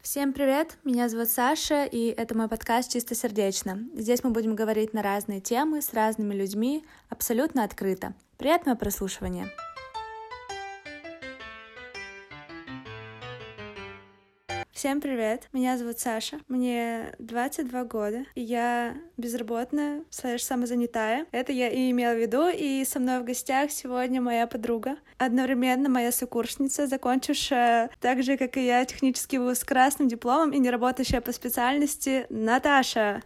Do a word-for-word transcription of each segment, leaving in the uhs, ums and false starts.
Всем привет, меня зовут Саша, и это мой подкаст «Чистосердечно». Здесь мы будем говорить на разные темы с разными людьми, абсолютно открыто. Приятного прослушивания! Всем привет, меня зовут Саша, мне двадцать два года, и я безработная, слэш самозанятая. Это я и имела в виду, и со мной в гостях сегодня моя подруга, одновременно моя сокурсница, закончившая так же, как и я, технический вуз с красным дипломом и не работающая по специальности, Наташа.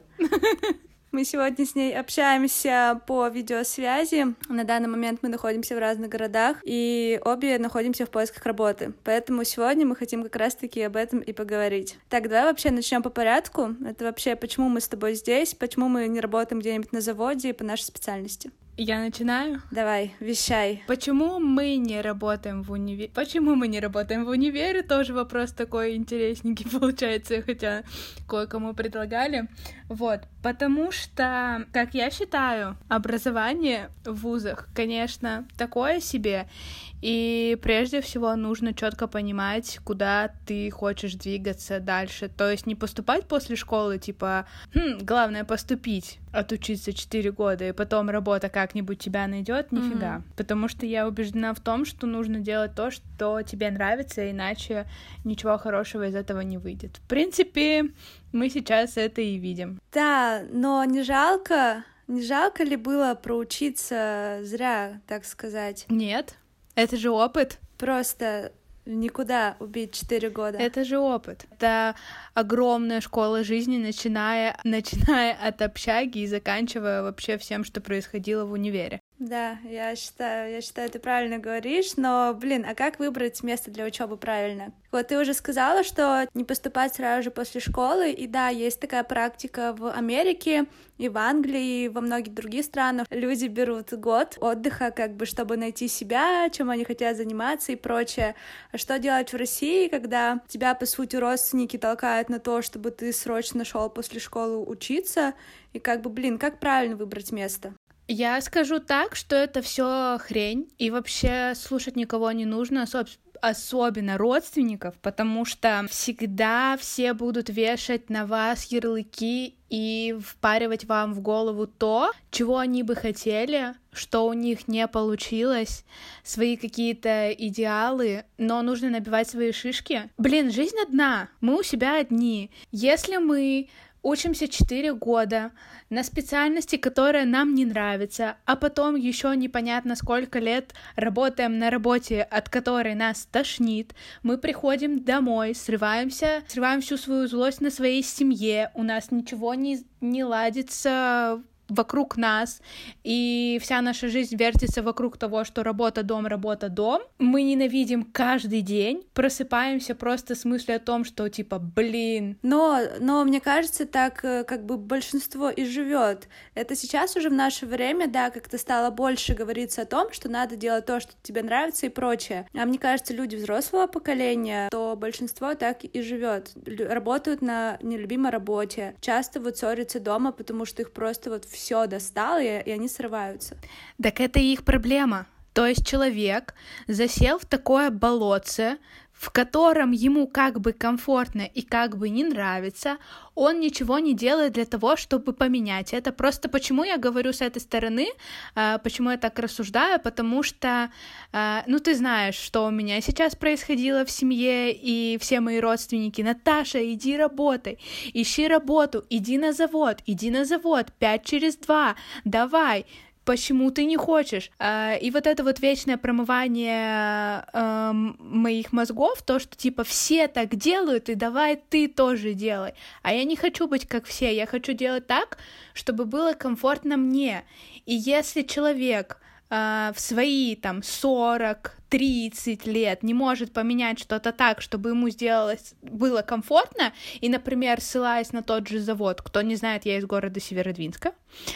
Мы сегодня с ней общаемся по видеосвязи. На данный момент мы находимся в разных городах, и обе находимся в поисках работы. Поэтому сегодня мы хотим как раз-таки об этом и поговорить. Так, давай вообще начнем по порядку. Это вообще, почему мы с тобой здесь, почему мы не работаем где-нибудь на заводе по нашей специальности? Я начинаю? Давай, вещай. Почему мы не работаем в универе? Почему мы не работаем в универе? Тоже вопрос такой интересненький получается, хотя кое-кому предлагали. Вот, потому что, как я считаю, образование в вузах, конечно, такое себе. И прежде всего нужно четко понимать, куда ты хочешь двигаться дальше. То есть не поступать после школы, типа, хм, главное поступить, отучиться четыре года, и потом работа как-нибудь тебя найдет, нифига. Mm-hmm. Потому что я убеждена в том, что нужно делать то, что тебе нравится, иначе ничего хорошего из этого не выйдет. В принципе, мы сейчас это и видим. Да, но не жалко, не жалко ли было проучиться зря, так сказать? Нет. Это же опыт. Просто никуда убить четыре года. Это же опыт. Это огромная школа жизни, начиная, начиная от общаги и заканчивая вообще всем, что происходило в универе. Да, я считаю, я считаю, ты правильно говоришь, но, блин, а как выбрать место для учебы правильно? Вот ты уже сказала, что не поступать сразу же после школы, и да, есть такая практика в Америке и в Англии, и во многих других странах. Люди берут год отдыха, как бы, чтобы найти себя, чем они хотят заниматься и прочее. А что делать в России, когда тебя, по сути, родственники толкают на то, чтобы ты срочно шел после школы учиться, и как бы, блин, как правильно выбрать место? Я скажу так, что это все хрень, и вообще слушать никого не нужно, особенно родственников, потому что всегда все будут вешать на вас ярлыки и впаривать вам в голову то, чего они бы хотели, что у них не получилось, свои какие-то идеалы, но нужно набивать свои шишки. Блин, жизнь одна, мы у себя одни. Если мы учимся четыре года на специальности, которая нам не нравится, а потом еще непонятно сколько лет работаем на работе, от которой нас тошнит. Мы приходим домой, срываемся, срываем всю свою злость на своей семье, у нас ничего не, не ладится вокруг нас, и вся наша жизнь вертится вокруг того, что работа, дом, работа, дом. Мы ненавидим каждый день, просыпаемся просто с мыслью о том, что типа, блин. Но, но мне кажется, так как бы большинство и живет. Это сейчас уже в наше время, да, как-то стало больше говориться о том, что надо делать то, что тебе нравится и прочее. А мне кажется, люди взрослого поколения, то большинство так и живет. Работают на нелюбимой работе, часто вот ссорятся дома, потому что их просто вот все достало, и, и они срываются. Так это их проблема. То есть человек засел в такое болотце, в котором ему как бы комфортно и как бы не нравится, он ничего не делает для того, чтобы поменять это. Просто почему я говорю с этой стороны, почему я так рассуждаю, потому что, ну, ты знаешь, что у меня сейчас происходило в семье, и все мои родственники: Наташа, иди работай, ищи работу, иди на завод, иди на завод, пять через два, давай. Почему ты не хочешь? И вот это вот вечное промывание э, моих мозгов, то, что типа все так делают, и давай ты тоже делай. А я не хочу быть как все, я хочу делать так, чтобы было комфортно мне. И если человек э, в свои там сорок тридцать лет не может поменять что-то так, чтобы ему сделалось, было комфортно, и, например, ссылаясь на тот же завод, кто не знает, я из города Северодвинска,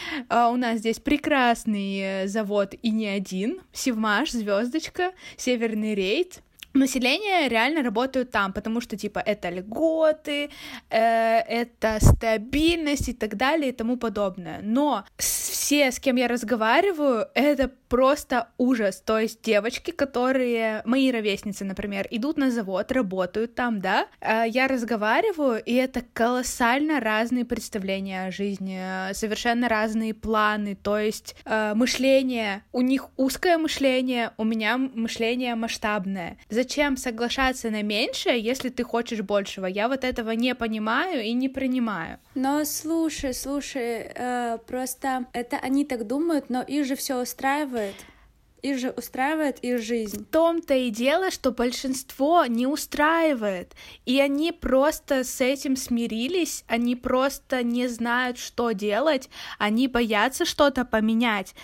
а у нас здесь прекрасный завод и не один, Севмаш, Звездочка, Северный рейд, население реально работают там, потому что, типа, это льготы, э, это стабильность и так далее и тому подобное. Но все, с кем я разговариваю, это просто ужас. То есть девочки, которые, мои ровесницы, например, идут на завод, работают там, да, э, я разговариваю, и это колоссально разные представления о жизни, совершенно разные планы, то есть э, мышление, у них узкое мышление, у меня мышление масштабное. Зачем соглашаться на меньшее, если ты хочешь большего? Я вот этого не понимаю и не принимаю. Но слушай, слушай, э, просто это они так думают, но их же все устраивает. Их же устраивает их жизнь. В том-то и дело, что большинство не устраивает, и они просто с этим смирились, они просто не знают, что делать, они боятся что-то поменять.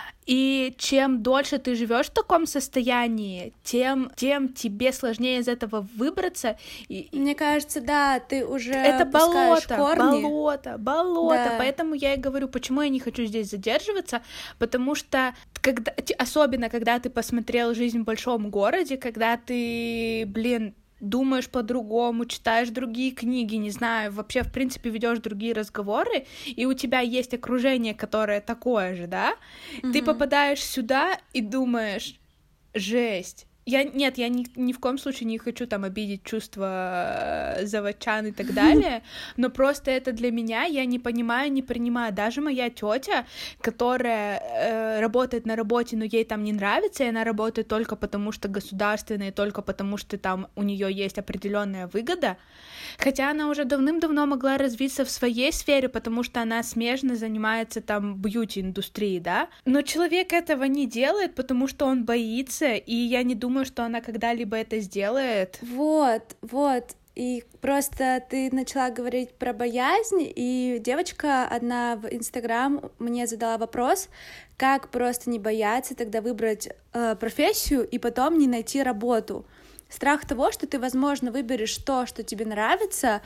И чем дольше ты живешь в таком состоянии, тем, тем тебе сложнее из этого выбраться. И... Мне кажется, да, ты уже это болото, корни. болото, болото. Да. Поэтому я и говорю, почему я не хочу здесь задерживаться, потому что когда, особенно когда ты посмотрел «Жизнь в большом городе», когда ты, блин, думаешь по-другому, читаешь другие книги, не знаю, вообще, в принципе, ведешь другие разговоры, и у тебя есть окружение, которое такое же, да, mm-hmm. ты попадаешь сюда и думаешь, жесть. Я, нет, я ни, ни в коем случае не хочу там обидеть чувства заводчан и так далее, но просто это для меня, я не понимаю, не принимаю. Даже моя тетя, которая э, работает на работе, но ей там не нравится, и она работает только потому, что государственная, только потому, что там у нее есть определенная выгода, хотя она уже давным-давно могла развиться в своей сфере, потому что она смежно занимается там бьюти-индустрией, да, но человек этого не делает, потому что он боится, и я не думаю, что она когда-либо это сделает. Вот, вот. И просто ты начала говорить про боязнь, и девочка одна в Инстаграм мне задала вопрос, как просто не бояться тогда выбрать э, профессию и потом не найти работу. Страх того, что ты, возможно, выберешь то, что тебе нравится,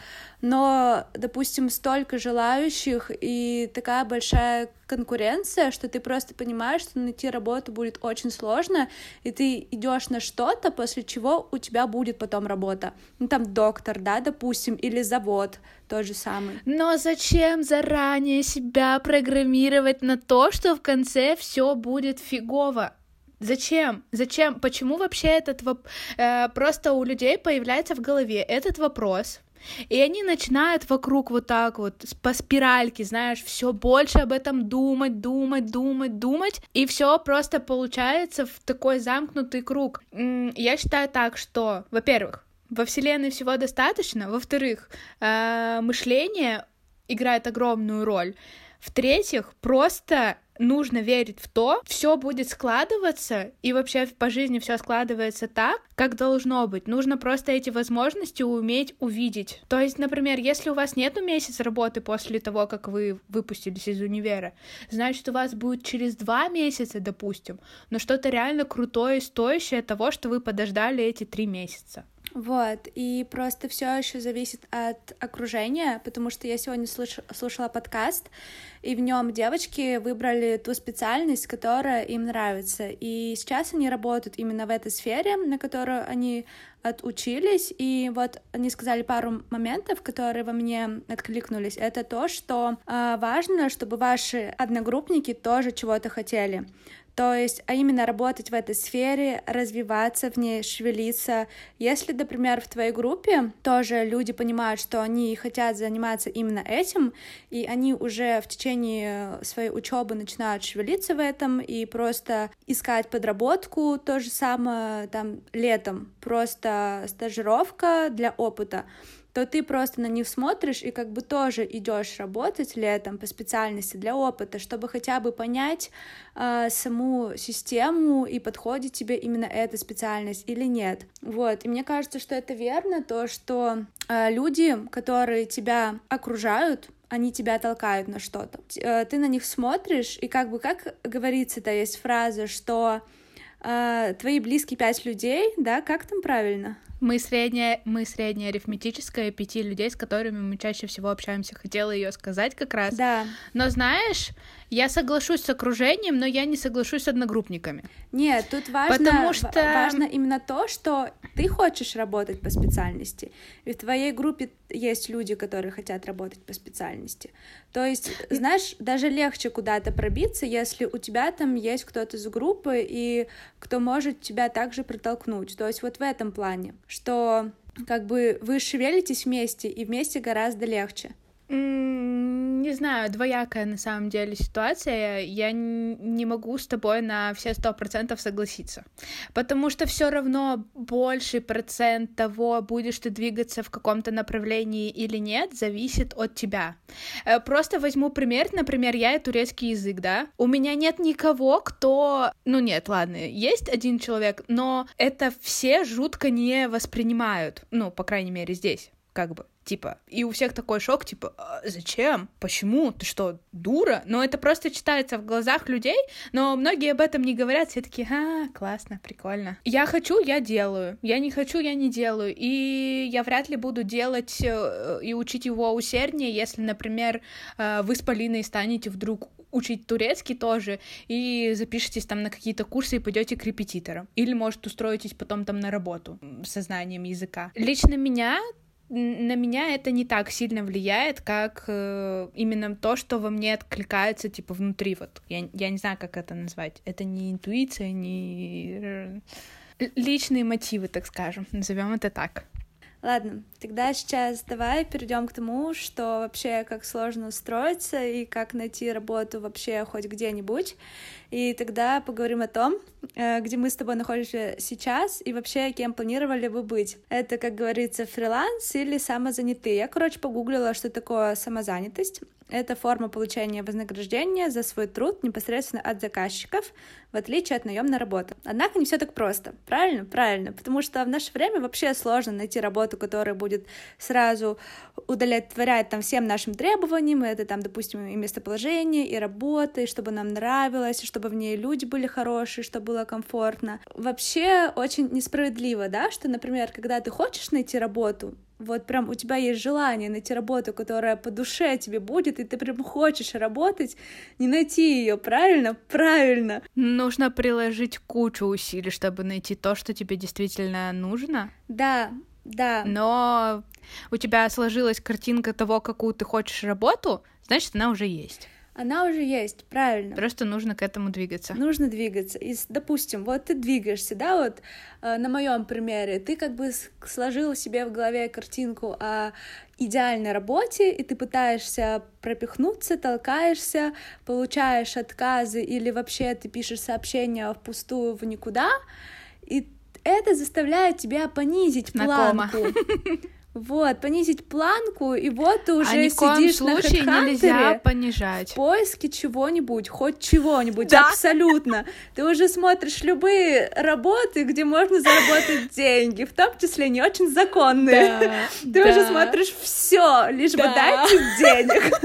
но, допустим, столько желающих и такая большая конкуренция, что ты просто понимаешь, что найти работу будет очень сложно, и ты идешь на что-то, после чего у тебя будет потом работа. Ну, там доктор, да, допустим, или завод, тот же самый. Но зачем заранее себя программировать на то, что в конце все будет фигово? Зачем? Зачем? Почему вообще этот воп... э, просто у людей появляется в голове этот вопрос, и они начинают вокруг вот так вот по спиральке, знаешь, все больше об этом думать, думать, думать, думать, и все просто получается в такой замкнутый круг. Я считаю так, что, во-первых, во Вселенной всего достаточно, во-вторых, э, мышление играет огромную роль, в-третьих, просто нужно верить в то, все будет складываться, и вообще по жизни все складывается так, как должно быть. Нужно просто эти возможности уметь увидеть. То есть, например, если у вас нету месяца работы после того, как вы выпустились из универа, значит, у вас будет через два месяца, допустим, но что-то реально крутое и стоящее того, что вы подождали эти три месяца. Вот, и просто все еще зависит от окружения, потому что я сегодня слуш... слушала подкаст, и в нем девочки выбрали ту специальность, которая им нравится, и сейчас они работают именно в этой сфере, на которую они отучились, и вот они сказали пару моментов, которые во мне откликнулись. Это то, что э, важно, чтобы ваши одногруппники тоже чего-то хотели. То есть, а именно работать в этой сфере, развиваться в ней, шевелиться. Если, например, в твоей группе тоже люди понимают, что они хотят заниматься именно этим, и они уже в течение своей учебы начинают шевелиться в этом и просто искать подработку, то же самое там летом, просто стажировка для опыта, то ты просто на них смотришь и как бы тоже идешь работать летом по специальности для опыта, чтобы хотя бы понять э, саму систему и подходит тебе именно эта специальность или нет. Вот, и мне кажется, что это верно, то, что э, люди, которые тебя окружают, они тебя толкают на что-то. Э, ты на них смотришь, и как бы, как говорится-то, есть фраза, что э, твои близкие пять людей, да, как там правильно? Мы средняя, мы средняя арифметическая пяти людей, с которыми мы чаще всего общаемся. Хотела ее сказать как раз. Да. Но знаешь, я соглашусь с окружением, но я не соглашусь с одногруппниками. Нет, тут важно, Потому что... важно именно то, что ты хочешь работать по специальности. И в твоей группе есть люди, которые хотят работать по специальности. То есть, знаешь, даже легче куда-то пробиться, если у тебя там есть кто-то из группы, и кто может тебя также протолкнуть. То есть вот в этом плане, что как бы вы шевелитесь вместе, и вместе гораздо легче. Не знаю, двоякая на самом деле ситуация. Я не могу с тобой на все сто процентов согласиться, потому что все равно больший процент того, будешь ты двигаться в каком-то направлении или нет, зависит от тебя. Просто возьму пример, например, я и турецкий язык, да, у меня нет никого, кто... Ну нет, ладно, есть один человек, но это все жутко не воспринимают, ну, по крайней мере, здесь, как бы. Типа, и у всех такой шок, типа, а, зачем? Почему? Ты что, дура? Но это просто читается в глазах людей, но многие об этом не говорят, все такие, а, классно, прикольно. Я хочу, я делаю, я не хочу, я не делаю, и я вряд ли буду делать и учить его усерднее, если, например, вы с Полиной станете вдруг учить турецкий тоже, и запишетесь там на какие-то курсы и пойдете к репетиторам. Или, может, устроитесь потом там на работу со знанием языка. Лично меня на меня это не так сильно влияет, как э, именно то, что во мне откликается, типа, внутри, вот, я, я не знаю, как это назвать, это не интуиция, не личные мотивы, так скажем, назовем это так. Ладно, тогда сейчас давай перейдем к тому, что вообще как сложно устроиться и как найти работу вообще хоть где-нибудь. И тогда поговорим о том, где мы с тобой находимся сейчас и вообще кем планировали бы быть. Это, как говорится, фриланс или самозанятый. Я, короче, погуглила, что такое самозанятость. Это форма получения вознаграждения за свой труд непосредственно от заказчиков, в отличие от наемной работы. Однако не все так просто. Правильно? Правильно. Потому что в наше время вообще сложно найти работу, которая будет сразу удовлетворять там всем нашим требованиям. Это там, допустим, и местоположение, и работа, и чтобы нам нравилось, и чтобы в ней люди были хорошие, чтобы было комфортно. Вообще очень несправедливо, да, что, например, когда ты хочешь найти работу, вот прям у тебя есть желание найти работу, которая по душе тебе будет, и ты прям хочешь работать, не найти ее, правильно? Правильно. Нужно приложить кучу усилий, чтобы найти то, что тебе действительно нужно. Да, да. Но у тебя сложилась картинка того, какую ты хочешь работу, значит, она уже есть. Она уже есть, правильно. Просто нужно к этому двигаться. Нужно двигаться. И, допустим, вот ты двигаешься, да, вот э, на моем примере, ты как бы сложила себе в голове картинку о идеальной работе, и ты пытаешься пропихнуться, толкаешься, получаешь отказы или вообще ты пишешь сообщения впустую в никуда, и это заставляет тебя понизить планку. Вот, понизить планку, и вот ты уже а сидишь на HeadHunter понижать. в поиске чего-нибудь, хоть чего-нибудь, да? Абсолютно. Ты уже смотришь любые работы, где можно заработать деньги, в том числе не очень законные. Да, ты да. уже смотришь все, лишь да. бы дайте денег.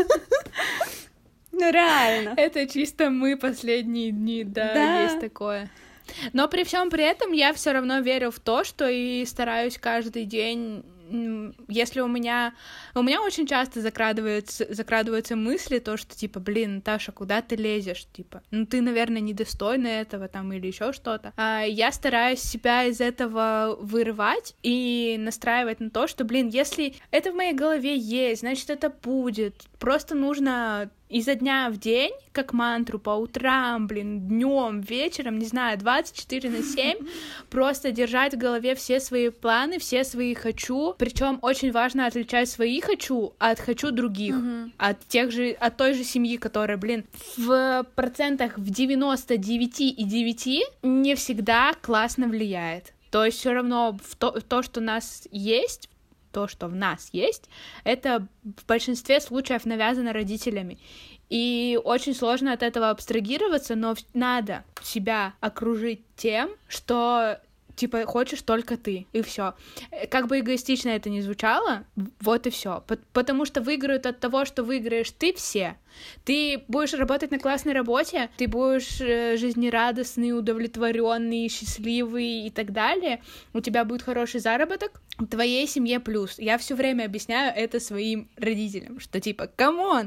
Ну реально. Это чисто мы последние дни, да, да. есть такое. Но при всем при этом я все равно верю в то, что и стараюсь каждый день. Если у меня... У меня очень часто закрадываются, закрадываются мысли, то, что, типа, блин, Наташа, куда ты лезешь? Типа, ну, ты, наверное, недостойна этого, там, или еще что-то. А я стараюсь себя из этого вырывать и настраивать на то, что, блин, если это в моей голове есть, значит, это будет. Просто нужно изо дня в день, как мантру, по утрам, блин, днем, вечером, не знаю, двадцать четыре на семь, просто держать в голове все свои планы, все свои хочу. Причем очень важно отличать свои хочу от хочу других, mm-hmm. от тех же, от той же семьи, которая, блин, в процентах в девяносто девять и девять не всегда классно влияет. То есть все равно в то, в то, что у нас есть, то, что в нас есть, это в большинстве случаев навязано родителями. И очень сложно от этого абстрагироваться, но надо себя окружить тем, что типа, хочешь только ты, и все. Как бы эгоистично это ни звучало, вот и все. Потому что выиграют от того, что выиграешь ты все. Ты будешь работать на классной работе, ты будешь жизнерадостный, удовлетворенный, счастливый и так далее. У тебя будет хороший заработок, твоей семье плюс. Я все время объясняю это своим родителям, что типа, камон!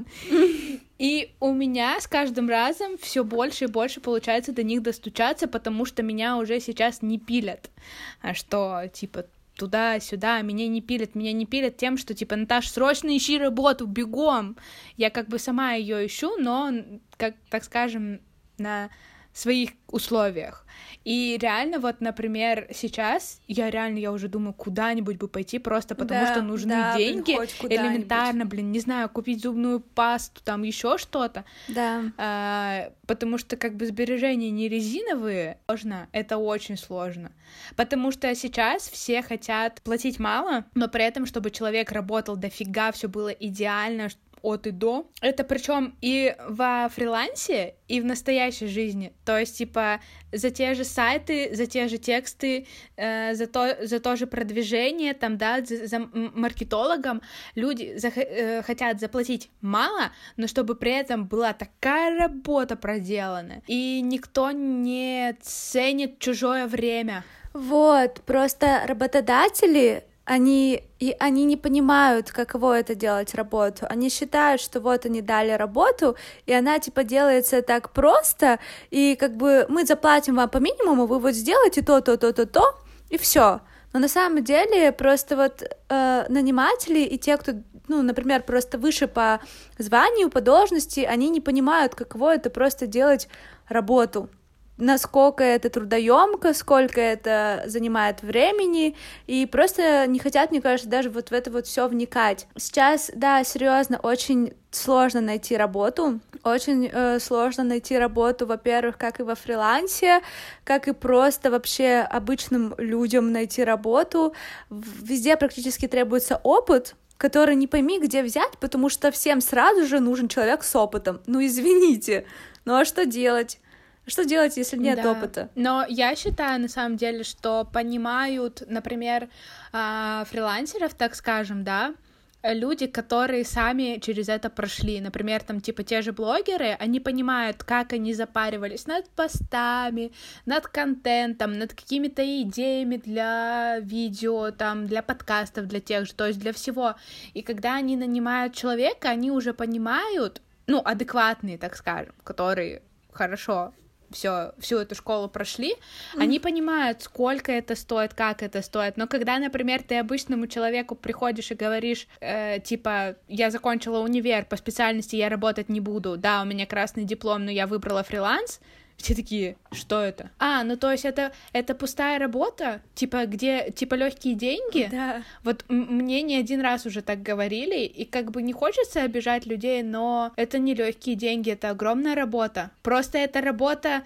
И у меня с каждым разом все больше и больше получается до них достучаться, потому что меня уже сейчас не пилят, а что, типа, туда-сюда, меня не пилят, меня не пилят тем, что, типа, Наташ, срочно ищи работу, бегом! Я как бы сама ее ищу, но, как, так скажем, на своих условиях. И реально, вот, например, сейчас я реально, я уже думаю, куда-нибудь бы пойти, просто потому да, что нужны да, деньги, блин, элементарно, блин, не знаю, купить зубную пасту, там еще что-то. Да. А, потому что как бы сбережения не резиновые, сложно, это очень сложно. Потому что сейчас все хотят платить мало, но при этом, чтобы человек работал дофига, все было идеально, от и до. Это причем и во фрилансе, и в настоящей жизни. То есть, типа, за те же сайты, за те же тексты, э, за, то, за то же продвижение, там, да, за, за маркетологом люди за, э, хотят заплатить мало, но чтобы при этом была такая работа проделана, и никто не ценит чужое время. Вот, просто работодатели, они, и они не понимают, каково это делать работу. Они считают, что вот они дали работу, и она, типа, делается так просто, и как бы мы заплатим вам по минимуму, вы вот сделаете то, то, то, то, то, и все. Но на самом деле просто вот э, наниматели и те, кто, ну, например, просто выше по званию, по должности, они не понимают, каково это просто делать работу. Насколько это трудоемко, сколько это занимает времени, и просто не хотят, мне кажется, даже вот в это вот все вникать. Сейчас, да, серьезно, очень сложно найти работу, очень э, сложно найти работу, во-первых, как и во фрилансе, как и просто вообще обычным людям найти работу. Везде практически требуется опыт, который не пойми, где взять, потому что всем сразу же нужен человек с опытом. Ну, извините, ну а что делать? Что делать, если нет да. опыта? Но я считаю, на самом деле, что понимают, например, фрилансеров, так скажем, да, люди, которые сами через это прошли. Например, там, типа, те же блогеры, они понимают, как они запаривались над постами, над контентом, над какими-то идеями для видео, там, для подкастов, для тех же, то есть для всего. И когда они нанимают человека, они уже понимают, ну, адекватные, так скажем, которые хорошо все, всю эту школу прошли, mm. они понимают, сколько это стоит, как это стоит, но когда, например, ты обычному человеку приходишь и говоришь, э, типа, я закончила универ, по специальности я работать не буду, да, у меня красный диплом, но я выбрала фриланс, все такие, что это? А, ну то есть это, это пустая работа, типа, где, типа, легкие деньги? Да. Вот м- мне не один раз уже так говорили, и как бы не хочется обижать людей, но это не легкие деньги, это огромная работа. Просто эта работа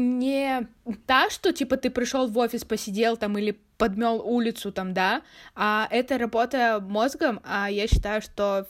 не та, что, типа, ты пришел в офис, посидел там или подмел улицу там, да, а это работа мозгом, а я считаю, что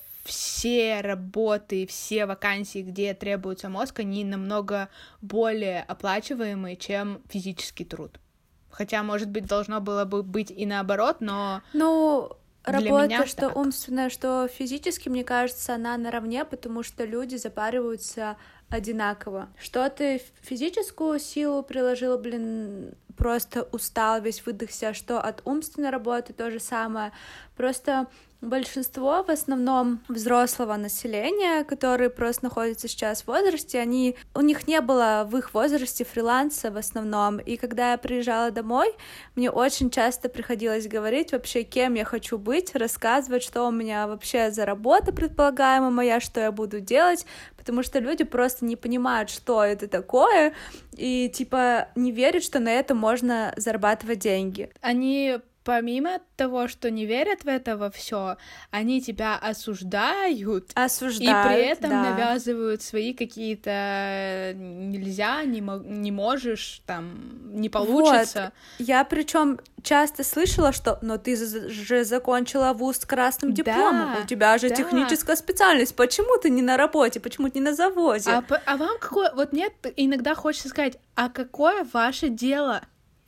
все работы, все вакансии, где требуется мозг, они намного более оплачиваемые, чем физический труд. Хотя, может быть, должно было бы быть и наоборот, но... Ну, для работа, меня что так. умственная, что физически, мне кажется, она наравне, потому что люди запариваются одинаково. Что ты физическую силу приложил, блин, просто устал, весь выдохся, что от умственной работы то же самое. Просто большинство, в основном, взрослого населения, которые просто находятся сейчас в возрасте, они, у них не было в их возрасте фриланса в основном, и когда я приезжала домой, мне очень часто приходилось говорить вообще, кем я хочу быть, рассказывать, что у меня вообще за работа предполагаемая моя, что я буду делать, потому что люди просто не понимают, что это такое, и типа не верят, что на этом можно зарабатывать деньги. Они помимо того, что не верят в это во все, они тебя осуждают, осуждают, и при этом да. навязывают свои какие-то нельзя, не, мо- не можешь, там, не получится. Вот. Я причем часто слышала, что но ты же закончила вуз с красным дипломом, да, у тебя же да. техническая специальность, почему ты не на работе, почему ты не на заводе? А, а вам какое... Вот мне иногда хочется сказать, а какое ваше дело?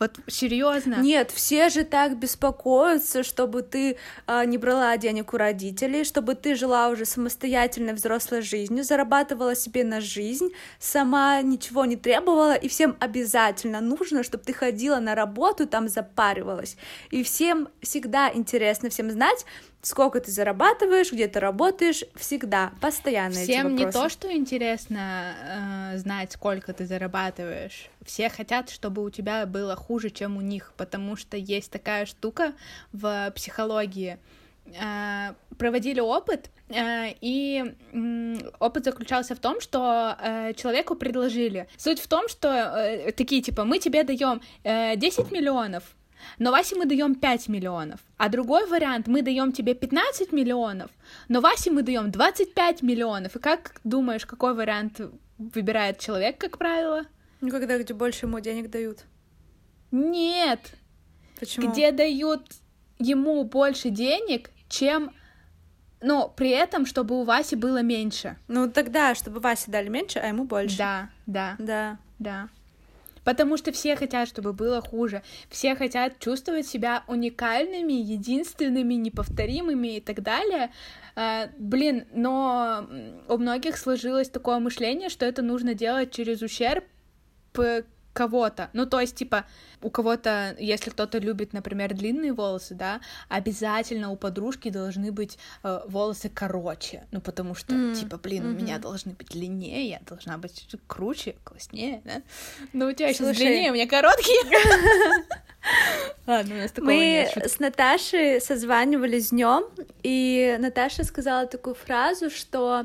Вот серьезно. Нет, все же так беспокоятся, чтобы ты э, не брала денег у родителей, чтобы ты жила уже самостоятельной взрослой жизнью, зарабатывала себе на жизнь, сама ничего не требовала, и всем обязательно нужно, чтобы ты ходила на работу, там запаривалась. И всем всегда интересно всем знать, сколько ты зарабатываешь, где ты работаешь, всегда, постоянно эти Всем вопросы. не то, что интересно э, знать, сколько ты зарабатываешь. Все хотят, чтобы у тебя было хуже, чем у них, потому что есть такая штука в психологии. Э, проводили опыт, э, и э, опыт заключался в том, что э, человеку предложили. Суть в том, что э, такие типа, мы тебе даем э, десять миллионов, но Васе мы даем пять миллионов. А другой вариант, мы даем тебе пятнадцать миллионов, но Васе мы даем двадцать пять миллионов. И как думаешь, какой вариант выбирает человек, как правило? Ну, когда где больше ему денег дают. Нет. Почему? Где дают ему больше денег, чем... Но при этом, чтобы у Васи было меньше. Ну, тогда, чтобы Васе дали меньше, а ему больше. Да, да, Да. да. Потому что все хотят, чтобы было хуже. Все хотят чувствовать себя уникальными, единственными, неповторимыми и так далее. Uh, блин, но у многих сложилось такое мышление, что это нужно делать через ущерб кого-то. Ну, то есть, типа, у кого-то, если кто-то любит, например, длинные волосы, да, обязательно у подружки должны быть э, волосы короче. Ну, потому что, mm. типа, блин, mm-hmm. у меня должны быть длиннее, я должна быть круче, класснее, да? Ну, у тебя сейчас длиннее, у меня короткие. Ладно, у нас такого нет. Мы с Наташей созванивались днем, и Наташа сказала такую фразу, что,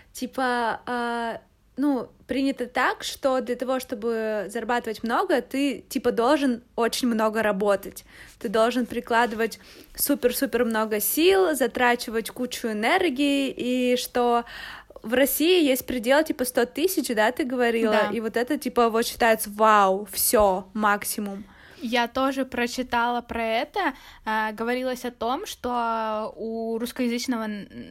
типа, ну, принято так, что для того, чтобы зарабатывать много, ты, типа, должен очень много работать. Ты должен прикладывать супер-супер много сил, затрачивать кучу энергии, и что в России есть предел, типа, сто тысяч, да, ты говорила? Да. И вот это, типа, вот считается, вау, все максимум. Я тоже прочитала про это. А, говорилось о том, что у русскоязычного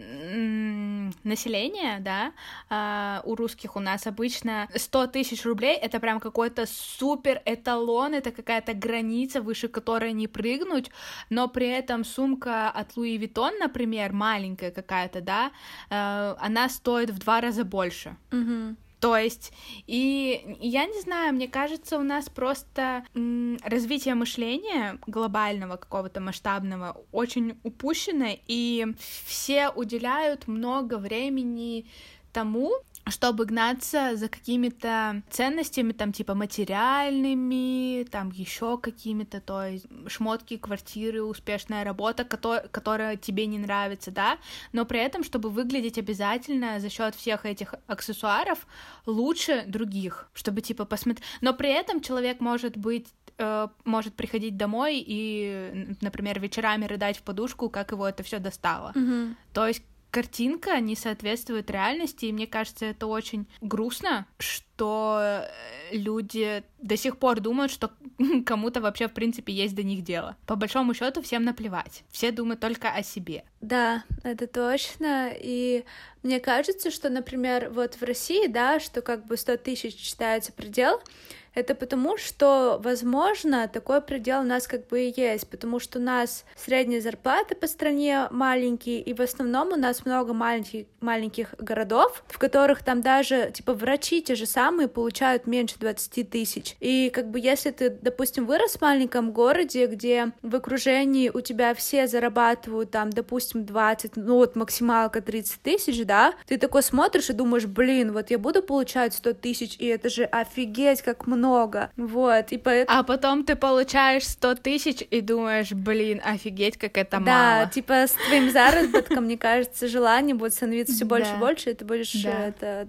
населения, да, а, у русских у нас обычно сто тысяч рублей — это прям какой-то супер эталон, это какая-то граница, выше которой не прыгнуть, но при этом сумка от Луи Виттон, например, маленькая какая-то, да, а, она стоит в два раза больше. Mm-hmm. То есть, и я не знаю, мне кажется, у нас просто м, развитие мышления глобального, какого-то масштабного очень упущено, и все уделяют много времени тому, чтобы гнаться за какими-то ценностями, там, типа, материальными, там, еще какими-то, то есть, шмотки, квартиры, успешная работа, которая, которая тебе не нравится, да, но при этом, чтобы выглядеть обязательно за счет всех этих аксессуаров лучше других, чтобы, типа, посмотреть, но при этом человек может быть э, может приходить домой и, например, вечерами рыдать в подушку, как его это все достало, Mm-hmm. то есть картинка не соответствует реальности, и мне кажется, это очень грустно, что люди до сих пор думают, что кому-то вообще, в принципе, есть до них дело. По большому счету всем наплевать. Все думают только о себе. Да, это точно. И мне кажется, что, например, вот в России, да, что как бы сто тысяч считается предел, это потому, что, возможно, такой предел у нас как бы и есть, потому что у нас средние зарплаты по стране маленькие, и в основном у нас много маленьких, маленьких городов, в которых там даже, типа, врачи те же самые получают меньше двадцати тысяч. И как бы если ты, допустим, вырос в маленьком городе, где в окружении у тебя все зарабатывают там, допустим, двадцать, ну вот максималка тридцать тысяч, да, ты такой смотришь и думаешь, блин, вот я буду получать сто тысяч, и это же офигеть как много. много, вот, и поэтому... А потом ты получаешь сто тысяч и думаешь, блин, офигеть, как это да, мало. Да, типа с твоим заработком, мне кажется, желание будет становиться все больше и больше, и ты будешь это...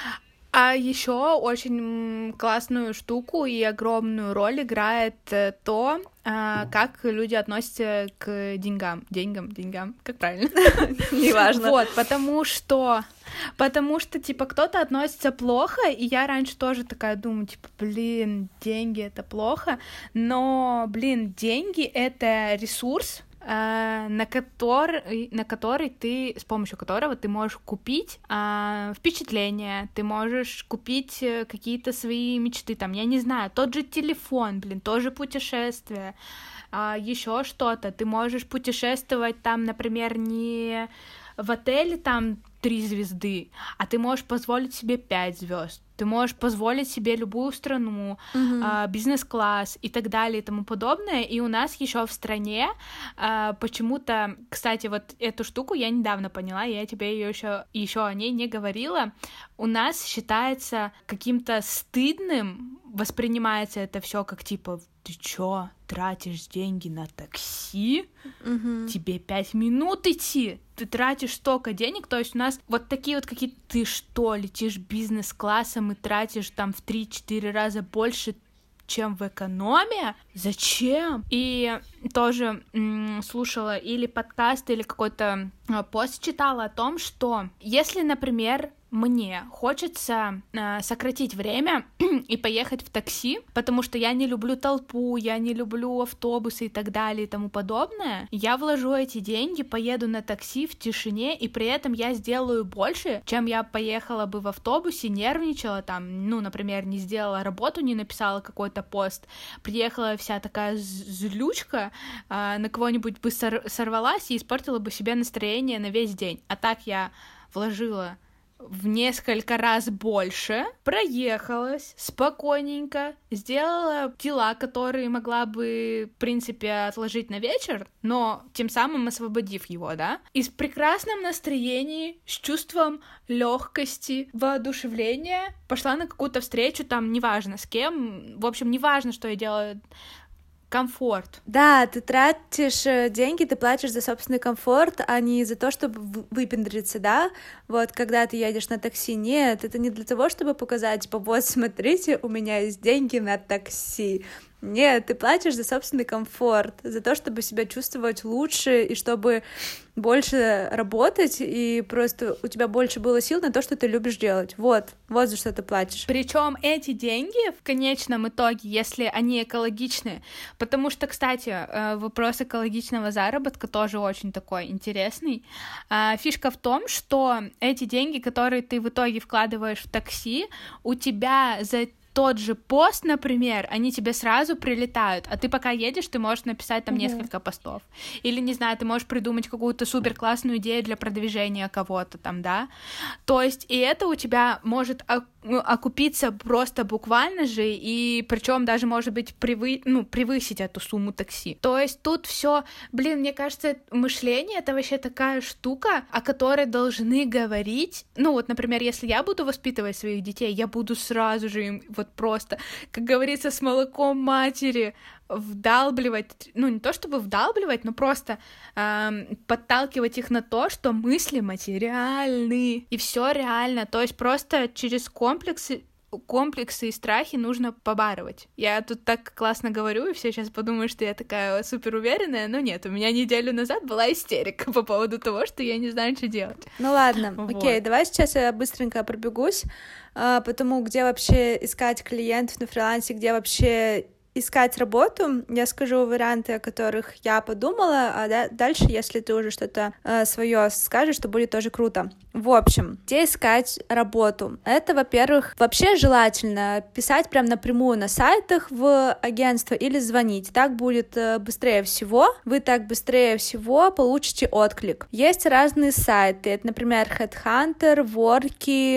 А еще очень классную штуку и огромную роль играет то, как люди относятся к деньгам. Деньгам, деньгам, как правильно? Неважно. Вот, потому что... Потому что, типа, кто-то относится плохо, и я раньше тоже такая думаю, типа, блин, деньги — это плохо, но, блин, деньги — это ресурс, э, на, который, на который ты, с помощью которого ты можешь купить э, впечатления, ты можешь купить какие-то свои мечты, там, я не знаю, тот же телефон, блин, тоже путешествие, э, еще что-то. Ты можешь путешествовать там, например, не в отеле там три звезды, а ты можешь позволить себе пять звезд. Ты можешь позволить себе любую страну, uh-huh. э, бизнес-класс и так далее и тому подобное. И у нас еще в стране э, почему-то, кстати, вот эту штуку я недавно поняла, я тебе ее еще еще о ней не говорила. У нас считается каким-то стыдным, воспринимается это все как типа: ты чё, тратишь деньги на такси? Uh-huh. Тебе пять минут идти? Ты тратишь столько денег? То есть у нас вот такие вот какие-то: ты что, летишь бизнес-классом и тратишь там в три-четыре раза больше, чем в экономе? Зачем? И тоже м- слушала или подкаст, или какой-то э, пост читала о том, что если, например, мне хочется э, сократить время и поехать в такси, потому что я не люблю толпу, я не люблю автобусы и так далее и тому подобное, я вложу эти деньги, поеду на такси в тишине, и при этом я сделаю больше, чем я поехала бы в автобусе, нервничала там, ну, например, не сделала работу, не написала какой-то пост, приехала вся такая злючка, э, на кого-нибудь бы сор- сорвалась и испортила бы себе настроение на весь день. А так я вложила в несколько раз больше, проехалась спокойненько, сделала дела, которые могла бы, в принципе, отложить на вечер, но тем самым освободив его, да, и с прекрасным настроением, с чувством легкости, воодушевления пошла на какую-то встречу, там, неважно с кем, в общем, неважно, что я делаю, комфорт. Да, ты тратишь деньги, ты платишь за собственный комфорт, а не за то, чтобы выпендриться, да? Вот, когда ты едешь на такси, нет, это не для того, чтобы показать, типа, вот, смотрите, у меня есть деньги на такси. Нет, ты платишь за собственный комфорт, за то, чтобы себя чувствовать лучше и чтобы больше работать, и просто у тебя больше было сил на то, что ты любишь делать. Вот, вот за что ты платишь. Причем эти деньги в конечном итоге, если они экологичны, потому что, кстати, вопрос экологичного заработка тоже очень такой интересный. Фишка в том, что эти деньги, которые ты в итоге вкладываешь в такси, у тебя за тот же пост, например, они тебе сразу прилетают, а ты пока едешь, ты можешь написать там uh-huh. несколько постов. Или, не знаю, ты можешь придумать какую-то супер классную идею для продвижения кого-то там, да? То есть и это у тебя может окупиться просто буквально же, и причем даже, может быть, превы... ну, превысить эту сумму такси. То есть тут все, блин, мне кажется, мышление — это вообще такая штука, о которой должны говорить. Ну вот, например, если я буду воспитывать своих детей, я буду сразу же им вот просто, как говорится, с молоком матери вдалбливать, ну не то чтобы вдалбливать, но просто эм, подталкивать их на то, что мысли материальны, и все реально, то есть просто через комплексы комплексы и страхи нужно побарывать. Я тут так классно говорю, и все сейчас подумают, что я такая супер уверенная, но нет, у меня неделю назад была истерика по поводу того, что я не знаю, что делать. Ну ладно, вот. Окей, давай сейчас я быстренько пробегусь а, по тому, где вообще искать клиентов на фрилансе, где вообще искать работу. Я скажу варианты, о которых я подумала, а да, дальше, если ты уже что-то э, свое скажешь, то будет тоже круто. В общем, где искать работу? Это, во-первых, вообще желательно писать прям напрямую на сайтах в агентство или звонить. Так будет э, быстрее всего. Вы так быстрее всего получите отклик. Есть разные сайты. Это, например, HeadHunter, Worky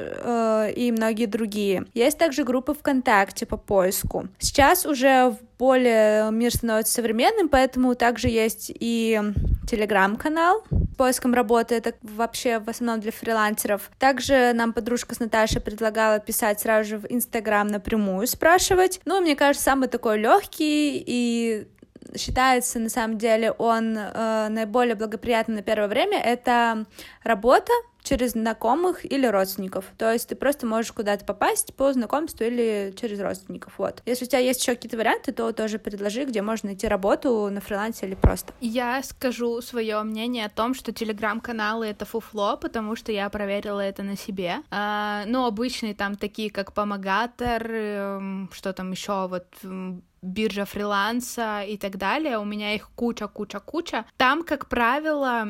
э, и многие другие. Есть также группы ВКонтакте по поиску. Сейчас уже более мир становится современным, поэтому также есть и телеграм-канал с поиском работы, это вообще в основном для фрилансеров. Также нам подружка с Наташей предлагала писать сразу же в Инстаграм напрямую, спрашивать. Ну, мне кажется, самый такой легкий и считается, на самом деле, он э, наиболее благоприятным на первое время, это работа через знакомых или родственников. То есть ты просто можешь куда-то попасть по знакомству или через родственников. Вот. Если у тебя есть еще какие-то варианты, то тоже предложи, где можно найти работу на фрилансе или просто. Я скажу свое мнение о том, что телеграм-каналы — это фуфло, потому что я проверила это на себе. А, ну, обычные там такие, как Помогатор, что там еще вот... биржа фриланса и так далее, у меня их куча-куча-куча. Там, как правило,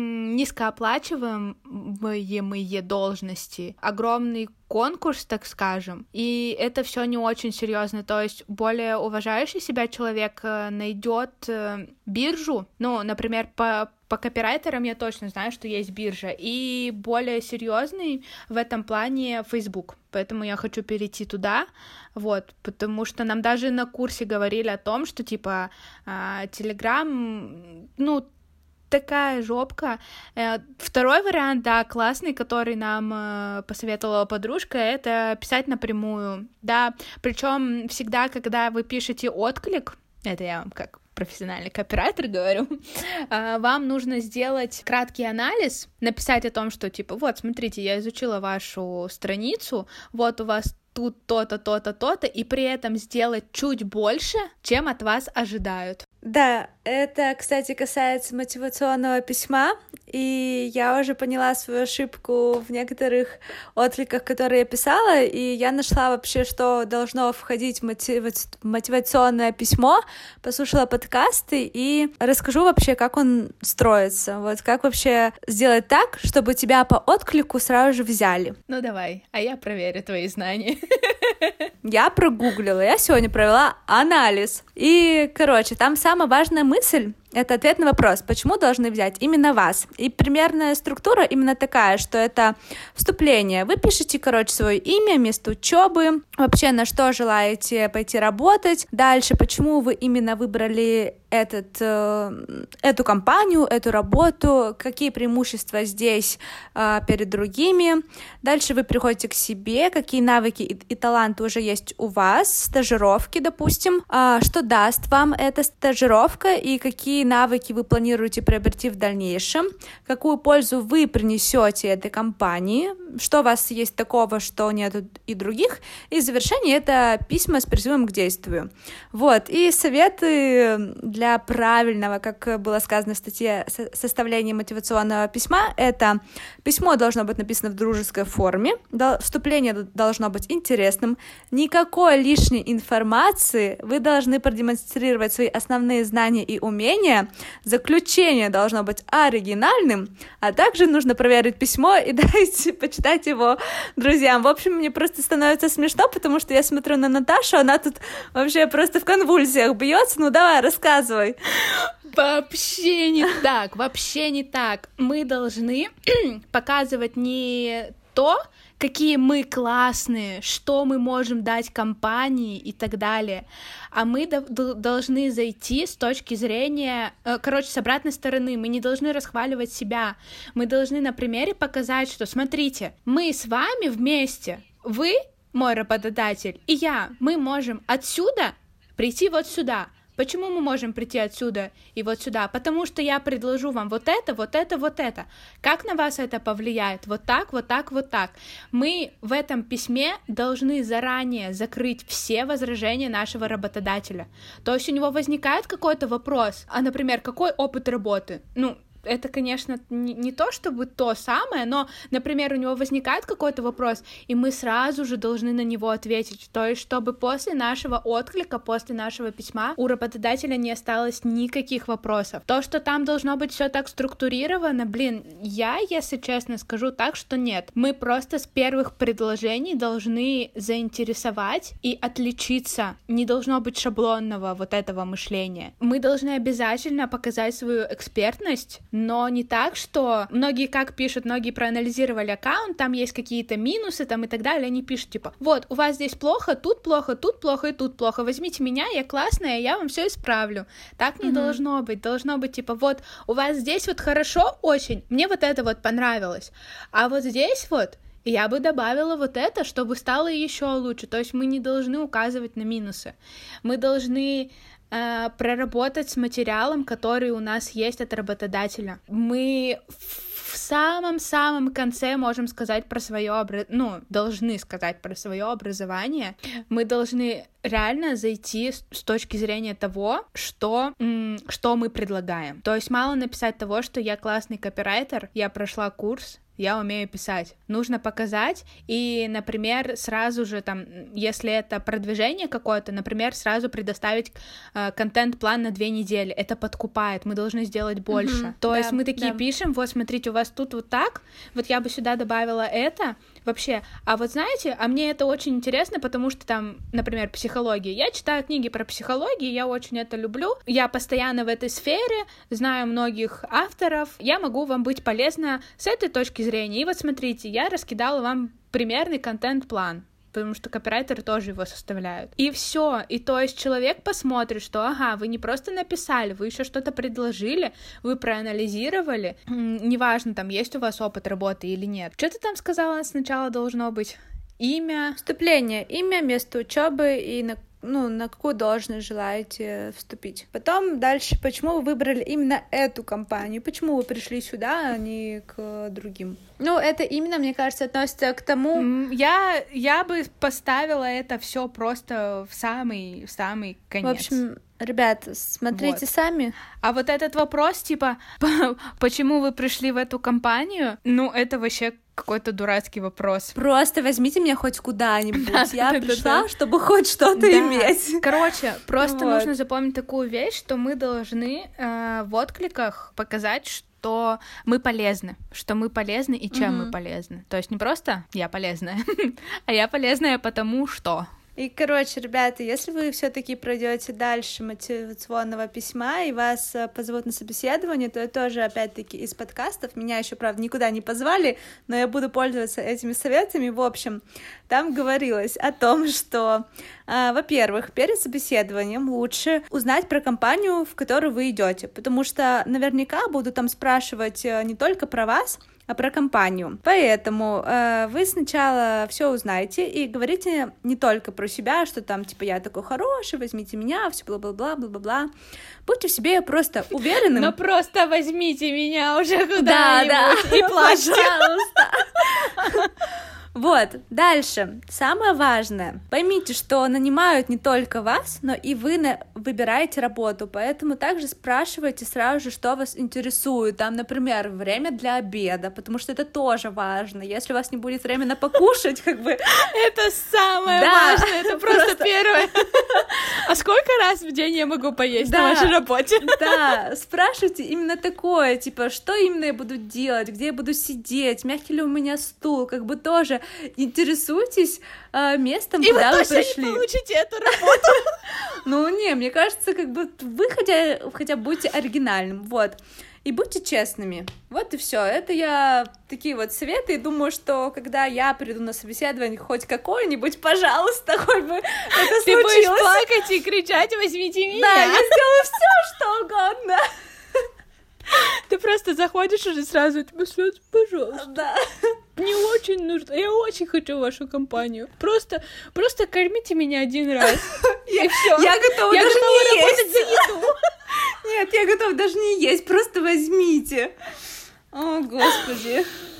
низкооплачиваемые должности, огромный конкурс, так скажем, и это все не очень серьезно, то есть более уважающий себя человек найдет биржу, ну, например, по По копирайтерам я точно знаю, что есть биржа, и более серьезный в этом плане Facebook, поэтому я хочу перейти туда, вот, потому что нам даже на курсе говорили о том, что, типа, Telegram, ну, такая жопка. Второй вариант, да, классный, который нам посоветовала подружка, это писать напрямую, да, причем всегда, когда вы пишете отклик, это я вам как профессиональный копирайтер говорю, вам нужно сделать краткий анализ, написать о том, что, типа, вот, смотрите, я изучила вашу страницу, вот у вас тут то-то, то-то, то-то, и при этом сделать чуть больше, чем от вас ожидают. Да, это, кстати, касается мотивационного письма, и я уже поняла свою ошибку в некоторых откликах, которые я писала, и я нашла вообще, что должно входить в мотива... мотивационное письмо, послушала подкасты и расскажу вообще, как он строится, вот как вообще сделать так, чтобы тебя по отклику сразу же взяли. Ну давай, а я проверю твои знания. Я прогуглила, я сегодня провела анализ, и, короче, там самая важная мысль — это ответ на вопрос, почему должны взять именно вас. И примерная структура именно такая, что это вступление. Вы пишете, короче, свое имя, место учебы, вообще на что желаете пойти работать. Дальше, почему вы именно выбрали этот, э, эту компанию, эту работу, какие преимущества здесь э, перед другими. Дальше вы приходите к себе, какие навыки и, и таланты уже есть у вас, стажировки, допустим, э, что даст вам эта стажировка и какие навыки вы планируете приобрести в дальнейшем, какую пользу вы принесете этой компании, что у вас есть такого, что нет и других, и в завершение это письма с призывом к действию. Вот, и советы для правильного, как было сказано в статье, составления мотивационного письма, это письмо должно быть написано в дружеской форме, вступление должно быть интересным, никакой лишней информации, вы должны продемонстрировать свои основные знания и умения, заключение должно быть оригинальным, а также нужно проверить письмо и дать почитать его друзьям. В общем, мне просто становится смешно, потому что я смотрю на Наташу, она тут вообще просто в конвульсиях бьется. Ну давай, рассказывай. Вообще не так, вообще не так. Мы должны показывать не то, какие мы классные, что мы можем дать компании и так далее. А мы до- должны зайти с точки зрения, э, короче, с обратной стороны. Мы не должны расхваливать себя. Мы должны на примере показать, что, смотрите, мы с вами вместе, вы, мой работодатель, и я, мы можем отсюда прийти вот сюда. Почему мы можем прийти отсюда и вот сюда? Потому что я предложу вам вот это, вот это, вот это. Как на вас это повлияет? Вот так, вот так, вот так. Мы в этом письме должны заранее закрыть все возражения нашего работодателя. То есть у него возникает какой-то вопрос, а, например, какой опыт работы? Ну, это, конечно, не, не то чтобы то самое, но, например, у него возникает какой-то вопрос, и мы сразу же должны на него ответить, то есть чтобы после нашего отклика, после нашего письма у работодателя не осталось никаких вопросов. То, что там должно быть все так структурировано, блин, я, если честно, скажу так, что нет. Мы просто с первых предложений должны заинтересовать и отличиться. Не должно быть шаблонного вот этого мышления. Мы должны обязательно показать свою экспертность, но не так, что многие как пишут, многие проанализировали аккаунт, там есть какие-то минусы там и так далее, они пишут типа, вот, у вас здесь плохо, тут плохо, тут плохо и тут плохо, возьмите меня, я классная, я вам все исправлю. Так не mm-hmm. должно быть, должно быть типа, вот, у вас здесь вот хорошо очень, мне вот это вот понравилось, а вот здесь вот я бы добавила вот это, чтобы стало еще лучше, то есть мы не должны указывать на минусы, мы должны проработать с материалом, который у нас есть от работодателя. Мы в самом-самом конце можем сказать про свое образование, ну, должны сказать про свое образование. Мы должны реально зайти с, с точки зрения того, что, м- что мы предлагаем. То есть мало написать того, что я классный копирайтер, я прошла курс, я умею писать. Нужно показать и, например, сразу же там, если это продвижение какое-то, например, сразу предоставить э, контент-план на две недели. Это подкупает, мы должны сделать больше. Mm-hmm, То да, есть мы такие да. пишем, вот смотрите, у вас тут вот так, вот я бы сюда добавила это, вообще. А вот знаете, а мне это очень интересно, потому что там, например, психология. Я читаю книги про психологию, я очень это люблю. Я постоянно в этой сфере, знаю многих авторов. Я могу вам быть полезна с этой точки зрения. И вот смотрите, я раскидала вам примерный контент-план, потому что копирайтеры тоже его составляют. И все. И то есть человек посмотрит, что ага, вы не просто написали, вы еще что-то предложили, вы проанализировали. Неважно, там, есть у вас опыт работы или нет. Что ты там сказала сначала должно быть? Имя? Вступление. Имя, место учебы и на ну, на какую должность желаете вступить. Потом дальше, почему вы выбрали именно эту компанию, почему вы пришли сюда, а не к другим. Ну, это именно, мне кажется, относится к тому... Я, я бы поставила это все просто в самый, в самый конец. В общем, ребята, смотрите вот. Сами. А вот этот вопрос, типа, почему вы пришли в эту компанию, ну, это вообще какой-то дурацкий вопрос. Просто возьмите меня хоть куда-нибудь. Да, я да, пришла, да. чтобы хоть что-то да. иметь. Короче, просто вот. нужно запомнить такую вещь, что мы должны э, в откликах показать, что мы полезны, что мы полезны и чем угу. мы полезны. То есть не просто я полезная, а я полезная потому что... И, короче, ребята, если вы все-таки пройдете дальше мотивационного письма и вас позовут на собеседование, то я тоже, опять-таки, из подкастов, меня еще, правда, никуда не позвали, но я буду пользоваться этими советами. В общем, там говорилось о том, что, э, во-первых, перед собеседованием лучше узнать про компанию, в которую вы идете, потому что наверняка будут там спрашивать не только про вас, а про компанию. Поэтому э, вы сначала все узнаете и говорите не только про себя, что там, типа, я такой хороший, возьмите меня, все бла-бла-бла, бла-бла-бла. Будьте в себе просто уверенным. Ну просто возьмите меня уже куда-нибудь да, да. и плачьте. Пожалуйста. Вот, дальше. Самое важное. Поймите, что нанимают не только вас, но и вы на... выбираете работу, поэтому также спрашивайте сразу же, что вас интересует. Там, например, время для обеда, потому что это тоже важно. Если у вас не будет времени покушать, как бы... Это самое важное, это просто первое. А сколько раз в день я могу поесть на вашей работе? Да, спрашивайте именно такое, типа, что именно я буду делать, где я буду сидеть, мягкий ли у меня стул, как бы тоже интересуйтесь э, местом, и куда вы, вы пришли. И вы получите эту работу. Ну, не, мне кажется, как бы вы хотя, хотя будьте оригинальным, вот. И будьте честными. Вот и все. Это я такие вот советы. И думаю, что когда я приду на собеседование хоть какое-нибудь, пожалуйста, хоть бы это случилось. Ты будешь плакать и кричать: возьмите меня. Да, я сделаю все, что угодно. Ты просто заходишь уже сразу, типа, пожалуйста. Да. Мне очень нужно, я очень хочу вашу компанию. Просто, просто кормите меня один раз. И все. Я готова я даже готова не работать есть. за еду. Нет, я готова даже не есть, просто возьмите. О, господи.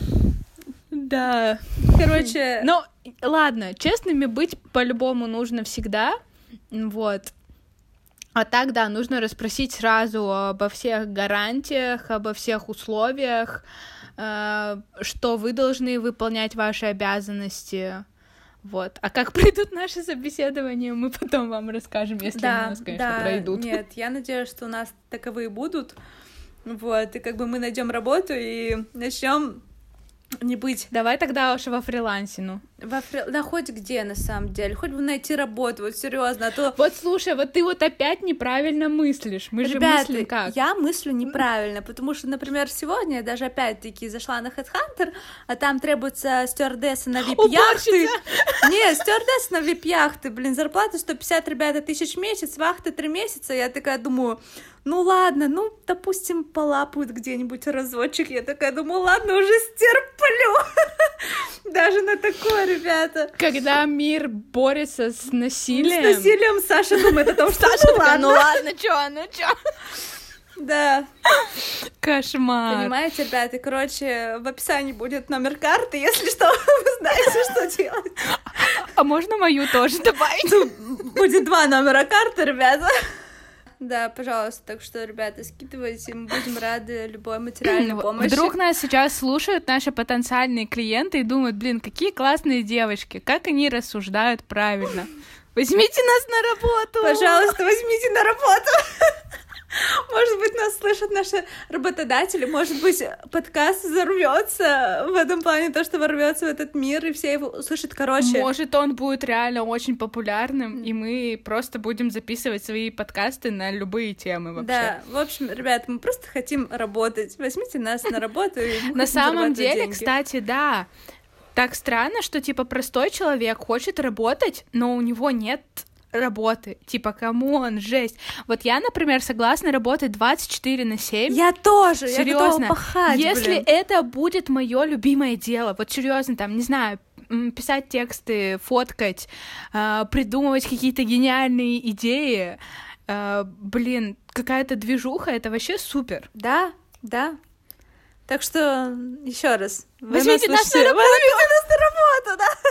Да. Короче... Ну, ладно, честными быть по-любому нужно всегда. Вот. А так, да, нужно расспросить сразу обо всех гарантиях, обо всех условиях, э, что вы должны выполнять ваши обязанности. Вот. А как пройдут наши собеседования, мы потом вам расскажем, если да, они у нас, конечно, да, пройдут. Нет, я надеюсь, что у нас таковые будут. Вот, и как бы мы найдем работу и начнем не быть. Давай тогда уж во фрилансе, ну. Во фри... Да хоть где, на самом деле. Хоть бы найти работу, вот серьезно, а то... Вот слушай, вот ты вот опять неправильно мыслишь. Мы Ребята, же мыслим как? Я мыслю неправильно, потому что, например, сегодня я даже опять-таки зашла на HeadHunter, а там требуется стюардесса на вип-яхты. Не, стюардесса на вип-яхты, блин, зарплата сто пятьдесят, ребята, тысяч в месяц, вахты три месяца. Я такая думаю, ну ладно, ну, допустим, полапают где-нибудь разочек. Я такая думаю, ладно, уже стерплю. Даже на такое, ребята. Когда мир борется с насилием... С насилием Саша думает о том, что Саша ну ладно. Ну ладно, чё, ну чё? Да. Кошмар. Понимаете, ребята, короче, в описании будет номер карты, если что, вы знаете, что делать. А можно мою тоже добавить? Будет два номера карты, ребята. Да, пожалуйста, так что, ребята, скидывайте, мы будем рады любой материальной помощи. Вдруг нас сейчас слушают наши потенциальные клиенты и думают, блин, какие классные девочки, как они рассуждают правильно. Возьмите нас на работу! Пожалуйста, возьмите на работу! Может быть, нас слышат наши работодатели, может быть, подкаст взорвется в этом плане, то, что ворвется в этот мир, и все его услышат, короче. Может, он будет реально очень популярным, и мы просто будем записывать свои подкасты на любые темы вообще. Да, в общем, ребят, мы просто хотим работать. Возьмите нас на работу, и мы На самом деле, деньги. Кстати, да, так странно, что, типа, простой человек хочет работать, но у него нет работы. Типа, камон, жесть. Вот я, например, согласна работать двадцать четыре на семь. Я тоже, серьезно. Я готова пахать, Если блин. это будет мое любимое дело, вот серьезно, там, не знаю, писать тексты, фоткать, придумывать какие-то гениальные идеи, блин, какая-то движуха, это вообще супер. Да, да. Так что, еще раз. Возьмите нас на работу! Возьмите нас на работу, да!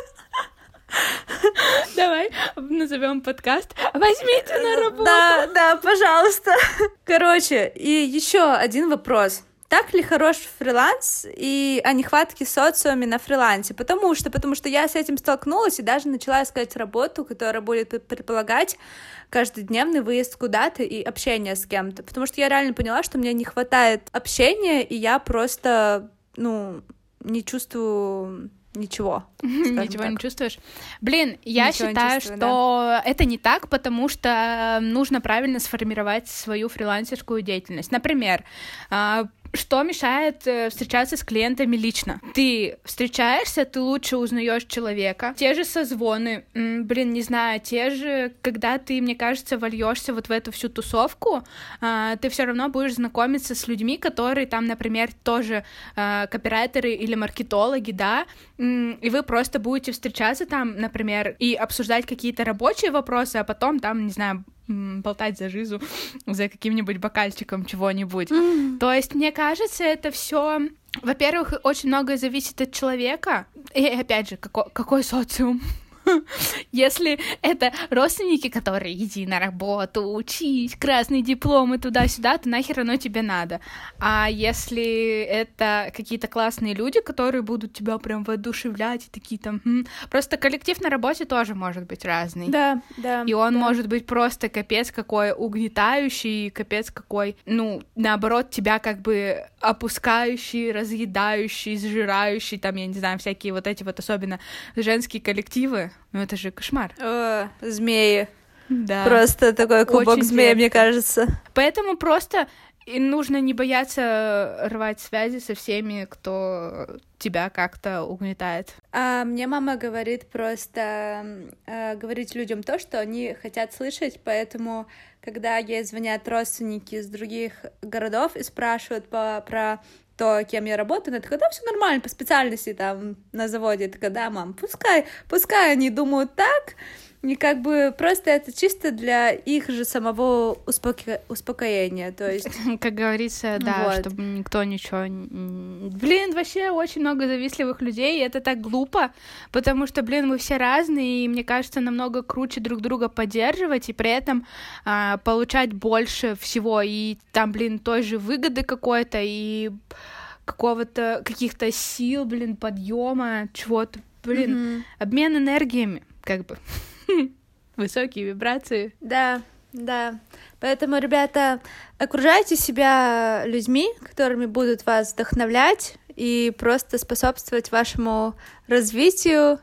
Давай назовем подкаст «Возьмите на работу». Да, да, пожалуйста. Короче, и еще один вопрос. Так ли хорош фриланс и о нехватке социума на фрилансе? Потому что, потому что я с этим столкнулась и даже начала искать работу, которая будет предполагать каждодневный выезд куда-то и общение с кем-то. Потому что я реально поняла, что мне не хватает общения, и я просто, ну, не чувствую... Ничего. Ничего так. Не чувствуешь? Блин, я Ничего считаю, чувствую, что да. это не так, потому что нужно правильно сформировать свою фрилансерскую деятельность. Например, что мешает встречаться с клиентами лично? Ты встречаешься, ты лучше узнаешь человека. Те же созвоны, блин, не знаю, те же, когда ты, мне кажется, вольешься вот в эту всю тусовку, ты все равно будешь знакомиться с людьми, которые там, например, тоже копирайтеры или маркетологи, да, и вы просто будете встречаться там, например, и обсуждать какие-то рабочие вопросы, а потом там, не знаю, болтать за жизу, за каким-нибудь бокальчиком чего-нибудь. Mm. То есть, мне кажется, это все, во-первых, очень многое зависит от человека. И опять же, какой, какой социум? Если это родственники, которые иди на работу, учись, красные дипломы туда-сюда, то нахер оно тебе надо. А если это какие-то классные люди, которые будут тебя прям воодушевлять и такие там... Хм. Просто коллектив на работе тоже может быть разный. Да, да. И он да. может быть просто капец какой угнетающий, капец какой, ну, наоборот, тебя как бы опускающий, разъедающий, сжирающий, там, я не знаю, всякие вот эти вот особенно женские коллективы. Ну, это же кошмар. О, змеи. Да. Просто такой клубок змеи, мне кажется. Поэтому просто нужно не бояться рвать связи со всеми, кто тебя как-то угнетает. А мне мама говорит просто э, говорить людям то, что они хотят слышать, поэтому, когда ей звонят родственники из других городов и спрашивают по, про то, кем я работаю, она такая, да, все нормально, по специальности там на заводе. Я такая, да, мам, пускай, пускай они думают так, и как бы просто это чисто для их же самого успоко... успокоения, то есть... Как говорится, да, вот. Чтобы никто ничего... Блин, вообще очень много завистливых людей, и это так глупо, потому что, блин, мы все разные, и мне кажется, намного круче друг друга поддерживать, и при этом а, получать больше всего, и там, блин, той же выгоды какой-то, и какого-то, каких-то сил, блин, подъема, чего-то, блин, mm-hmm. обмен энергиями, как бы... Высокие вибрации. Да, да. Поэтому, ребята, окружайте себя людьми, которыми будут вас вдохновлять и просто способствовать вашему развитию.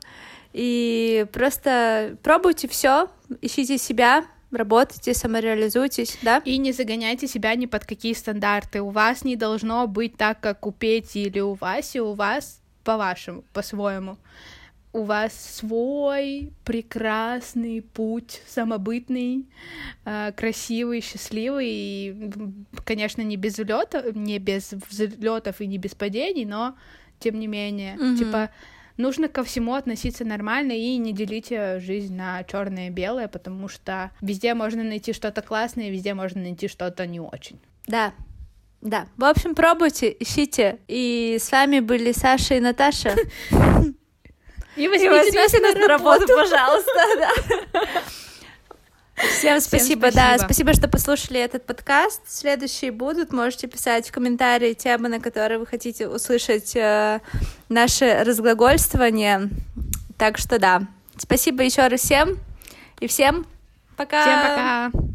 И просто пробуйте все, ищите себя, работайте, самореализуйтесь, да? И не загоняйте себя ни под какие стандарты. У вас не должно быть так, как у Пети или у Васи, у вас по-вашему, по-своему. У вас свой прекрасный путь, самобытный, э, красивый, счастливый, и, конечно, не без взлётов, не без взлетов и не без падений, но тем не менее, mm-hmm. типа, нужно ко всему относиться нормально и не делите жизнь на черное и белое, потому что везде можно найти что-то классное, везде можно найти что-то не очень. Да, да. В общем, пробуйте, ищите. И с вами были Саша и Наташа. И возьмите нас на работу, пожалуйста. Всем спасибо, да, спасибо, что послушали этот подкаст. Следующие будут, можете писать в комментарии темы, на которые вы хотите услышать э, наше разглагольствование. Так что да, спасибо еще раз всем, и всем пока! Всем пока!